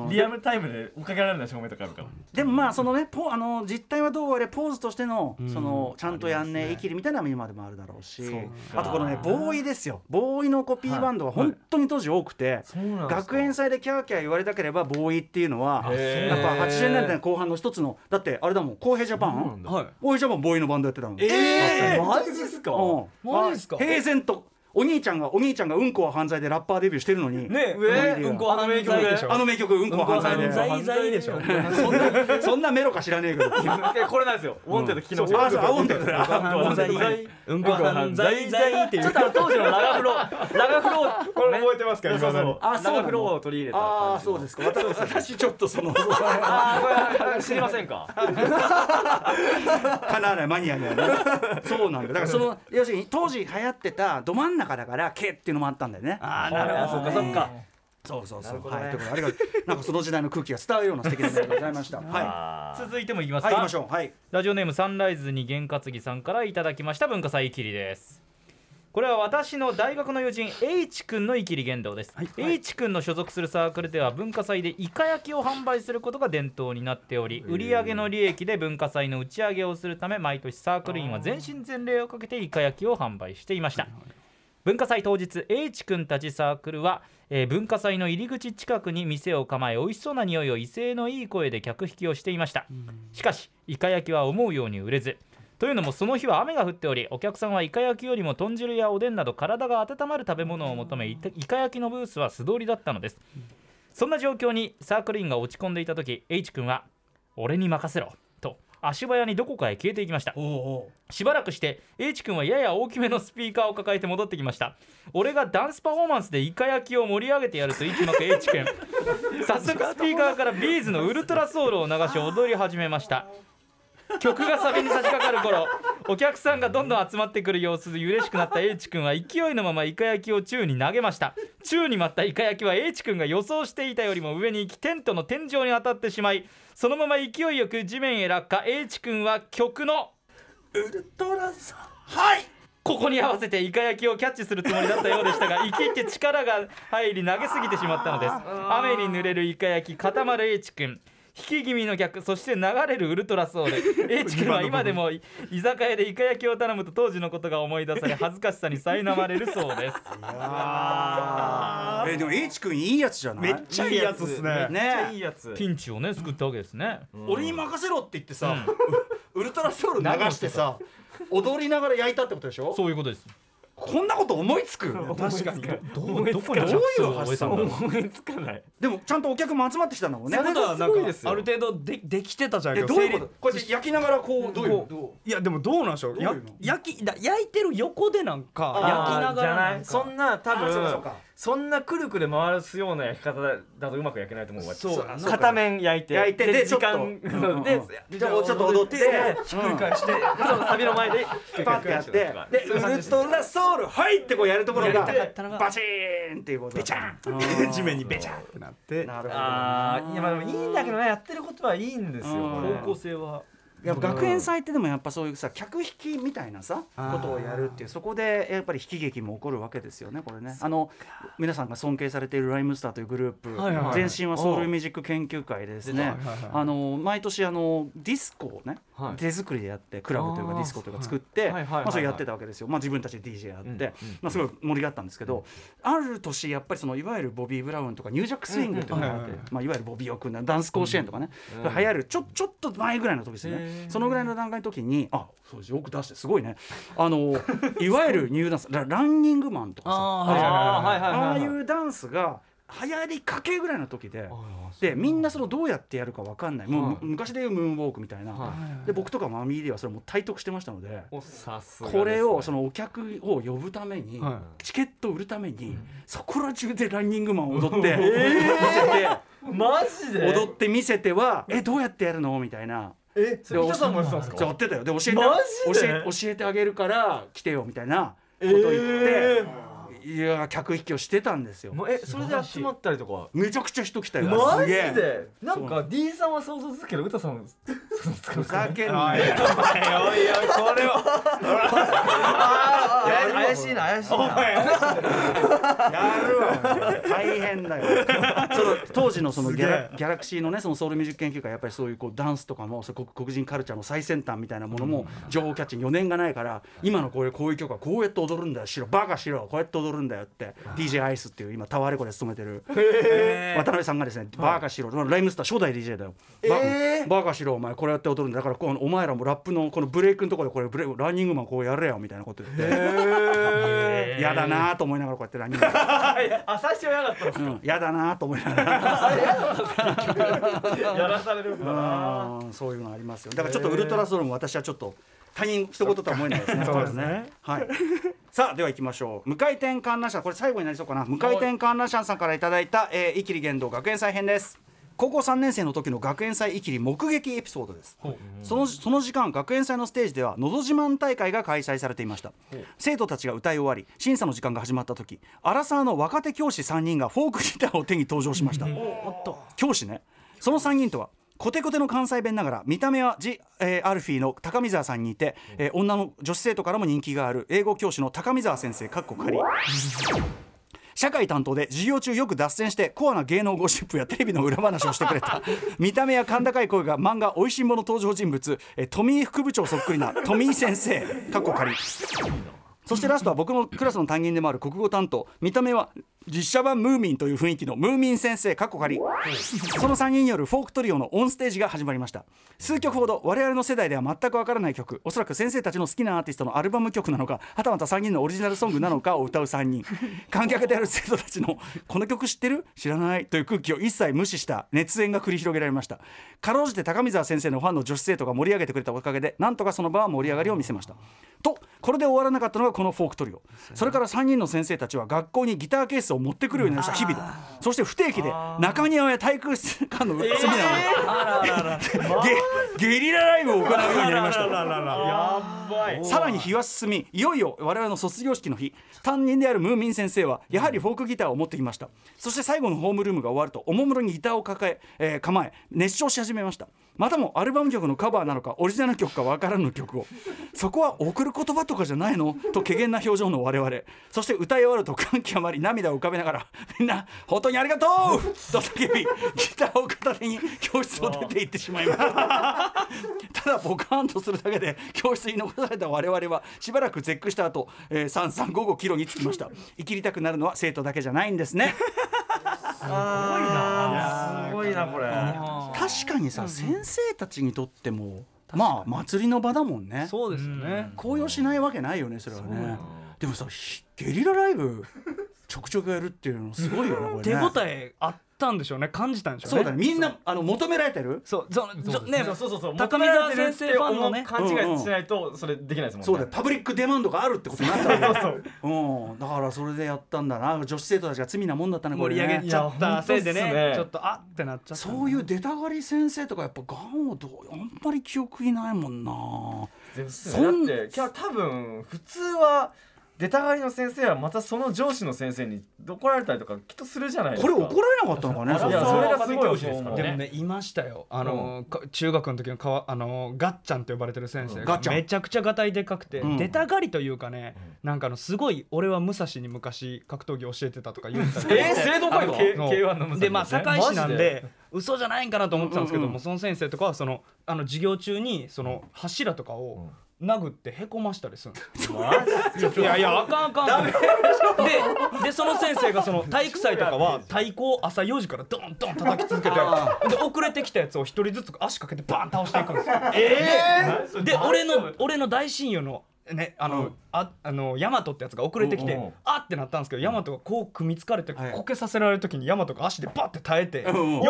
リアルタイムで追っかけられない照明とかあるから。 でもまあそのね実態はどうあれポーズとしてのそのちゃんとやんねえイキリみたいなのは今でもあるだろうし、あとこのねボーイですよ、ボーイのコピーバンドは本当に当時多くて、学園祭でキャーキャー言われたければボーイっていうのはやっぱ80年代後半の一つの、だってあれだもん、公平ジャパンボーイジャパンボーイのバンドやってたの。 マジっすか。 マジっすか。平然とお兄ちゃんがうんこは犯罪でラッパーデビューしてるのにね、うんこは名曲でしょ、 名曲うんこは犯罪で犯罪でしょそんなメロか知らねえけどこれなんですよ、ウォンテッド昨日ウォンテッドうんこは犯罪っていう、 ちょっと当時のラガフローこれ覚えてますか？ ラガフローを取り入れた感じ。 そうですか。私ちょっとその知りませんか？ かなわないマニアにはね。そうなんだ。だからその要するに当時流行ってたど真ん中だから毛っていうのもあったんだよね。 なるほど、 そっか。そうはい。ということであれがなんかその時代の空気が伝わるような素敵なメールでございました。はい。 続いてもいきますか。 はい、行きましょう。はい。 ラジオネームサンライズに験担ぎさんからいただきました文化祭イキリです。これは私の大学の友人 H 君のイキリ言動です、H 君の所属するサークルでは文化祭でイカ焼きを販売することが伝統になっており、売上の利益で文化祭の打ち上げをするため毎年サークル員は全身全霊をかけてイカ焼きを販売していました。文化祭当日 H 君たちサークルは、文化祭の入り口近くに店を構え美味しそうな匂いを威勢のいい声で客引きをしていました。しかしイカ焼きは思うように売れず、というのもその日は雨が降っており、お客さんはイカ焼きよりも豚汁やおでんなど体が温まる食べ物を求めイカ焼きのブースは素通りだったのです。そんな状況にサークル員が落ち込んでいた時、 H 君は俺に任せろと足早にどこかへ消えていきました。しばらくして H 君はやや大きめのスピーカーを抱えて戻ってきました。俺がダンスパフォーマンスでイカ焼きを盛り上げてやると息巻く H 君早速スピーカーからビーズのウルトラソウルを流し踊り始めました。曲がサビに差し掛かる頃、お客さんがどんどん集まってくる様子で嬉しくなった H 君は勢いのままイカ焼きを宙に投げました。宙に舞ったイカ焼きは H 君が予想していたよりも上に行き、テントの天井に当たってしまい、そのまま勢いよく地面へ落下。 H 君は曲のウルトラソウル、 ここに合わせてイカ焼きをキャッチするつもりだったようでしたが、いきいき力が入り投げすぎてしまったのです。雨に濡れるイカ焼き、固まる H 君、引き気味の客、そして流れるウルトラソウルH 君は今でも居酒屋でイカ焼きを頼むと当時のことが思い出され、恥ずかしさに苛まれるそうです。 でも H 君いいやつじゃない？ めっちゃいいやつですね。 ピンチをね救ったわけですね。 俺に任せろって言ってさ、ウルトラソウル流してさ踊りながら焼いたってことでしょ？ そういうことです。 こんなこと思いつく？ 確かにどこにいう発想？ 思いつかない。 でもちゃんとお客も集まってきたんだもんね。 それがすごいですよ。ある程度できてたじゃん。 どういうこと？こうやって焼きながらこうどういう？ いやでもどうなんでしょう。焼いてる横でなんか焼きながらそんな多分そんなくるくる回すような焼き方だとうまく焼けないと思うわ。そう片面焼いてで時間でちょっと踊ってひっくり返してサビの前でパッてやってでウルトラソウルはいってこうやるところがバチーンっていうことベチャン地面にベチャンってなって。 なるほど。 いやまあいいんだけどね、やってることはいいんですよ。 方向性はやっぱ学園祭ってでもやっぱそういうさ客引きみたいなさことをやるっていう、そこでやっぱり悲劇も起こるわけですよね。これね皆さんが尊敬されているライムスターというグループ、前身はソウルミュージック研究会でですね、毎年ディスコをね手作りでやって、クラブというかディスコというか作ってそれやってたわけですよ。自分たちで DJ やってすごい盛り上がったんですけど、ある年やっぱりそのいわゆるボビー・ブラウンとかニュージャックスイングというのがあって、いわゆるボビー・オークンダンス甲子園とかね流行るちょっと前ぐらいの時ですね。そのぐらいの段階の時にそうですよく出してすごいねいわゆるニューダンスランニングマンとかさああいうダンスが流行りかけぐらいの時でみんなそのどうやってやるか分かんない、もう昔でいうムーンウォークみたいな、で僕とかマミーではそれも体得してましたので、これをそのお客を呼ぶためにチケットを売るためにそこら中でランニングマンを踊って見せてマジで踊って見せてはどうやってやるのみたいな。 それ北さんもやってたんですか？ やってたよ。で教えてあげるから来てよみたいなこと言っていや客引きをしてたんですよ。 それで集まったりとかめちゃくちゃ人来たよ。 マジでなんか D さんは想像つくけど歌さんふざけんなよ。 おいおいこれは怪しいなやるわ大変だよ。その当時のそのギャラクシーのねそのソウルミュージック研究会やっぱりそういうこうダンスとかも黒人カルチャーの最先端みたいなものも情報キャッチに余念がないから今のこういう曲はこうやって踊るんだよバカしろこうやって踊るんだよって DJ アイスっていう今タワーレコで勤めてる渡辺さんがですねバカしろライムスター初代 DJ だよバカしろお前これやって踊るんだだからお前らもラップのこのブレイクのところでこれランニングマンこうやれよみたいなこと言ってやだなと思いながらこうやってランニングマン最初は嫌だったんですかやだなと思いながらやらされるんだなそういうのありますよ。だからちょっとウルトラソウルも私はちょっと他人一言とは思えないですね。そうですね。はい。さあでは行きましょう。無回転観覧車これ最後になりそうかな。無回転観覧車さんからいただいたイキリ言動学園祭編です。高校3年生の時の学園祭イキリ目撃エピソードです。その時間学園祭のステージではのど自慢大会が開催されていました。生徒たちが歌い終わり審査の時間が始まった時アラサーの若手教師3人がフォークギターを手に登場しました。教師ね。その3人とはコテコテの関西弁ながら見た目はアルフィーの高見沢さんにいて、女の女子生徒からも人気がある英語教師の高見沢先生社会担当で授業中よく脱線してコアな芸能ゴシップやテレビの裏話をしてくれた見た目や甲高い声が漫画おいしんぼの登場人物トミー副部長そっくりなトミー先生そしてラストは僕のクラスの担任でもある国語担当見た目は実写版ムーミンという雰囲気のムーミン先生その3人によるフォークトリオのオンステージが始まりました。数曲ほど我々の世代では全くわからない曲おそらく先生たちの好きなアーティストのアルバム曲なのかはたまた3人のオリジナルソングなのかを歌う3人観客である生徒たちのこの曲知ってる知らないという空気を一切無視した熱演が繰り広げられました。かろうじて高見沢先生のファンの女子生徒が盛り上げてくれたおかげでなんとかその場は盛り上がりを見せましたとこれで終わらなかったのがこのフォークトリオ。それから3人の先生たちは学校にギターケースを持ってくるようになりました日々でそして不定期で中庭や体育館の隅なのにゲリラライブを行うようになりましたさらに日は進みいよいよ我々の卒業式の日担任であるムーミン先生はやはりフォークギターを持ってきました。そして最後のホームルームが終わるとおもむろにギターを構え熱唱し始めました。またもアルバム曲のカバーなのかオリジナル曲か分からぬ曲をそこは送る言葉とかじゃないのと怪げな表情の我々そして歌い終わると感極まり涙を浮かべながらみんな本当にありがとうと叫びギターを片手に教室を出て行ってしまいましたただポカーンとするだけで教室に残された我々はしばらく絶句した後、3355キロに着きました。生きりたくなるのは生徒だけじゃないんですねすごいなこれ確かにさ、先生たちにとってもまあ祭りの場だもんね。 そうですよね。 高揚しないわけないよねそれはね。でもさゲリラライブちょくちょくやるっていうのすごいよねこれね。 手応えあったんでしょうね感じたんでしょうね。 そうだねみんな求められてる。 そう高見沢先生ファンのね勘違いしないとそれできないですもんね。 そうだよパブリックデマンドがあるってことになったわけだからそれでやったんだな。女子生徒たちが罪なもんだったねこれね。 盛り上げちゃったせいでねちょっとあってなっちゃった。 そういう出たがり先生とかやっぱガンをあんまり記憶いないもんな。 だって多分普通は出たがりの先生はまたその上司の先生に怒られたりとかきっとするじゃないですか。 これ怒られなかったのかね。 いやそれがすごい欲しいですからね。 でもねいましたよ中学の時のガッチャンと呼ばれてる先生がめちゃくちゃがたいでかくて、出たがりというかねなんかすごい俺は武蔵に昔格闘技教えてたとか言ってた生徒会が K1 の武蔵で堺市なんで嘘じゃないんかなと思ってたんですけども、その先生とかは授業中に柱とかを殴ってへこましたりするんですよ。いやあかんでその先生が体育祭とかは太鼓を朝4時からドンドン叩き続けてで遅れてきたやつを一人ずつ足かけてバン倒していくんですよ。で俺の大親友のねヤマトってやつが遅れてきてあってなったんですけどヤマトがこう組みつかれてこけさせられる時にヤマトが足でバッて耐えて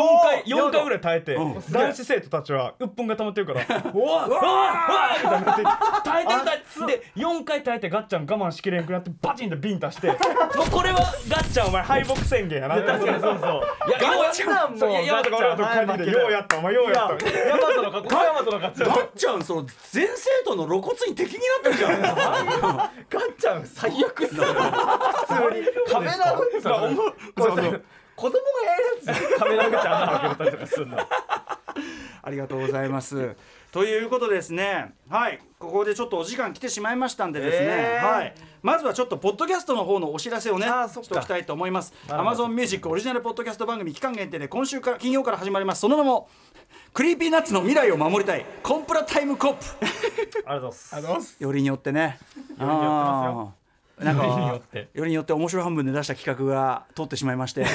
4回ぐらい耐えて男子生徒たちは鬱憤が溜まってるから「おわっおわっ!」みたいになって耐えてで4回耐えてガッチャン我慢しきれんくなってバチンでビンタしてもうこれはガッチャンお前敗北宣言やなってそうガッチャンもヤマトが俺のとこ帰ってきてようやったお前ようやったヤマトのガッチャンガッチャン全生徒の露骨に敵になってるじゃんッちゃん最悪っすよ普通にカメラグッズは子供がやるやつカメラグッズ穴開けたりとかするのありがとうございますということですね。はい、ここでちょっとお時間来てしまいましたんでですね、はい、まずはちょっとポッドキャストの方のお知らせをねしておきたいと思います。 Amazon Music オリジナルポッドキャスト番組期間限定で今週から金曜から始まります。その名もクリーピーナッツの未来を守りたいコンプラタイムコップありがとうございます。 よりによってね、 よりによってますよ。 なんかよりによって面白半分で出した企画が通ってしまいまして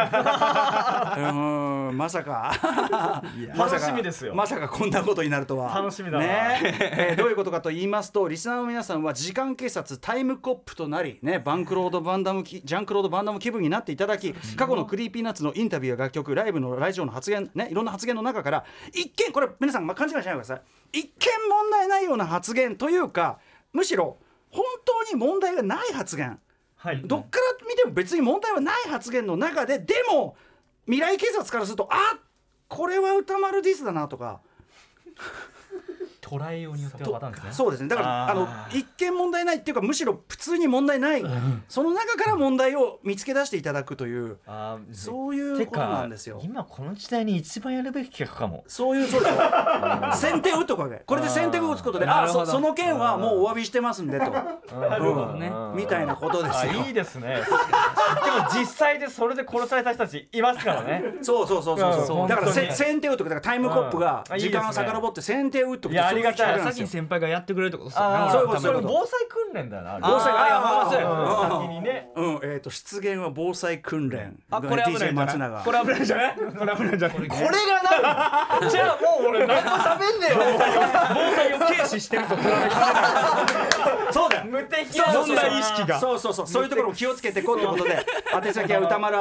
まさか楽しみですよ。 まさかこんなことになるとは。 楽しみだな、 ねどういうことかと言いますと、リスナーの皆さんは時間警察タイムコップとなり、ね、ジャンクロード・バンダム気分になっていただき、過去のクリーピーナッツのインタビューや楽曲、ライブの来場の発言、ね、いろんな発言の中から一見これ皆さん勘違いしないでください。一見問題ないような発言というか、むしろ本当に問題がない発言、はい、どっから見ても別に問題はない発言の中で、でも未来警察からするとこれは歌丸ディスだなとか捉えようによってはパターンですね。 そうですね。だから一見問題ないっていうか、むしろ普通に問題ない、その中から問題を見つけ出していただくという、そういうことなんですよ。 今この時代に一番やるべき企画かも。 そうですよ先手を打っとくわけ。これで先手を打つことでその件はもうお詫びしてますんでと、みたいなことですよ。 いいですね。でも実際でそれで殺された人たちいますからね。 そうだから先手を打っとく。だからタイムコップが時間を遡って先手を打っとく。 ありがたい。先に先輩がやってくれるってことですよね。 それ防災訓練だよな。 防災先にね。 出現は防災訓練。 これ危ないんじゃない？これ危ないんじゃない？これがない。じゃあもう俺何も喋んねえよ。防災を軽視してると。 そうだよ。 無敵な問題意識が。 そういうところも気をつけていこうということで、宛先は歌丸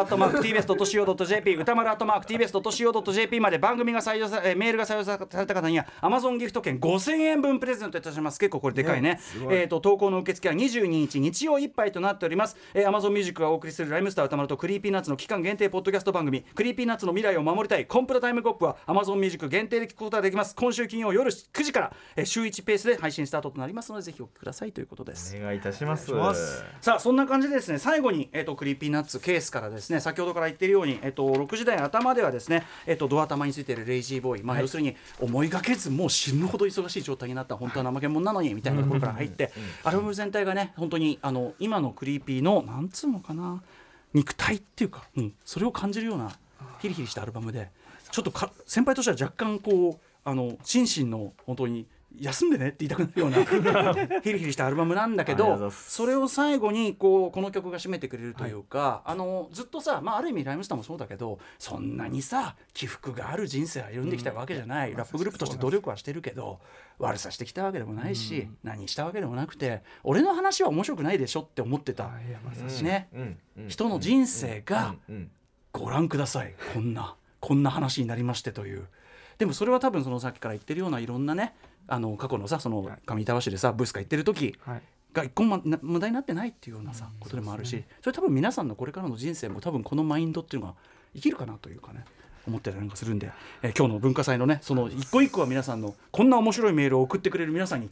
@tbs.co.jp 歌丸@tbs.co.jp まで。番組がメールが採用された方には Amazon ギフト券5000円分プレゼントいたします。結構これでかいね。投稿の受付は22日日曜いっぱいとなっております。Amazon ミュージックがお送りするライムスター歌丸とクリーピーナッツの期間限定ポッドキャスト番組クリーピーナッツの未来を守りたいコンプラタイムコップは Amazon ミュージック限定で聞くことができます。今週金曜夜9時から週1ペースで配信スタートとなりますので、ぜひお聞きくださいということです。 お願いいたします。 さあそんな感じでですね、最後に、クリーピーナッツケースからですね、先ほどから言っているように、6時台頭ではですね、ドア頭についているレイジーボーイ、要するに思いがけずもう死ぬほど忙しい状態になった、本当は怠け者なのにみたいなところから入って、アルバム全体がね本当に今のクリーピーのなんつうのかな、肉体っていうか、それを感じるようなヒリヒリしたアルバムで、ちょっと先輩としては若干こう心身の本当に休んでねって言いたくなるようなヒリヒリしたアルバムなんだけど、それを最後にこの曲が締めてくれるというか、ずっとさ、ある意味ライムスターもそうだけど、そんなにさ起伏がある人生を歩んできたわけじゃない、ラップグループとして努力はしてるけど悪さしてきたわけでもないし、何したわけでもなくて、俺の話は面白くないでしょって思ってた、ね、人の人生がご覧ください、こんな話になりましてという。でもそれは多分そのさっきから言ってるようないろんなね、過去のさ、その上板橋でさブースが言ってる時が一個も無駄になってないっていうようなさことでもあるし、それ多分皆さんのこれからの人生も多分このマインドっていうのが生きるかなというかね、思ってたりなんかするんで、今日の文化祭のねその一個一個は皆さんのこんな面白いメールを送ってくれる皆さんに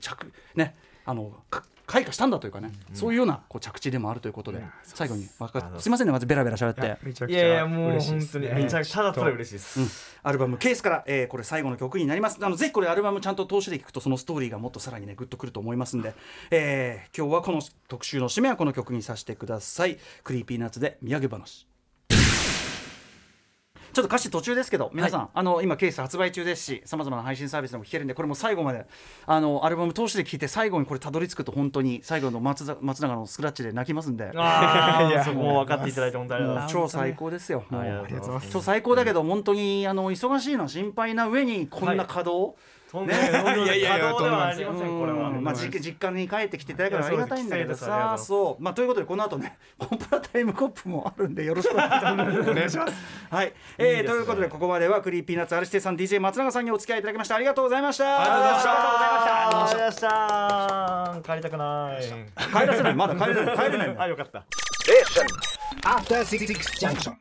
開花したんだというかね、そういうような着地でもあるということで、最後にすいませんね、まずベラベラ喋って。 いやもう本当にめちゃくちゃただただ嬉しいです。 アルバムケースから、これ最後の曲になります。ぜひこれアルバムちゃんと通しで聴くとそのストーリーがもっとさらにねグッとくると思いますんで、今日はこの特集の締めはこの曲にさせてください。クリーピーナッツで土産話。ちょっと歌詞途中ですけど皆さん、今ケース発売中ですし、さまざまな配信サービスでも聴けるんで、これも最後までアルバム通しで聴いて最後にこれたどり着くと本当に最後の松永のスクラッチで泣きますんで、 もう分かっていただいて本当にありがとうございます。 超最高ですよ。超最高だけど本当に忙しいのは心配な上にこんな稼働、 いやとんでもありません。これは実家に帰ってきていただければありがたいんだけどさ、ということでこの後ねコンプラタイムコップもあるんでよろしくお願いします。はい、ということでここまではクリーピーナッツ R 指定さん DJ 松永さんにお付き合いいただきました。ありがとうございました。 ありがとうございました。帰りたくない。 帰らせない、まだ帰れない。 あ、よかった。 After 66 junction.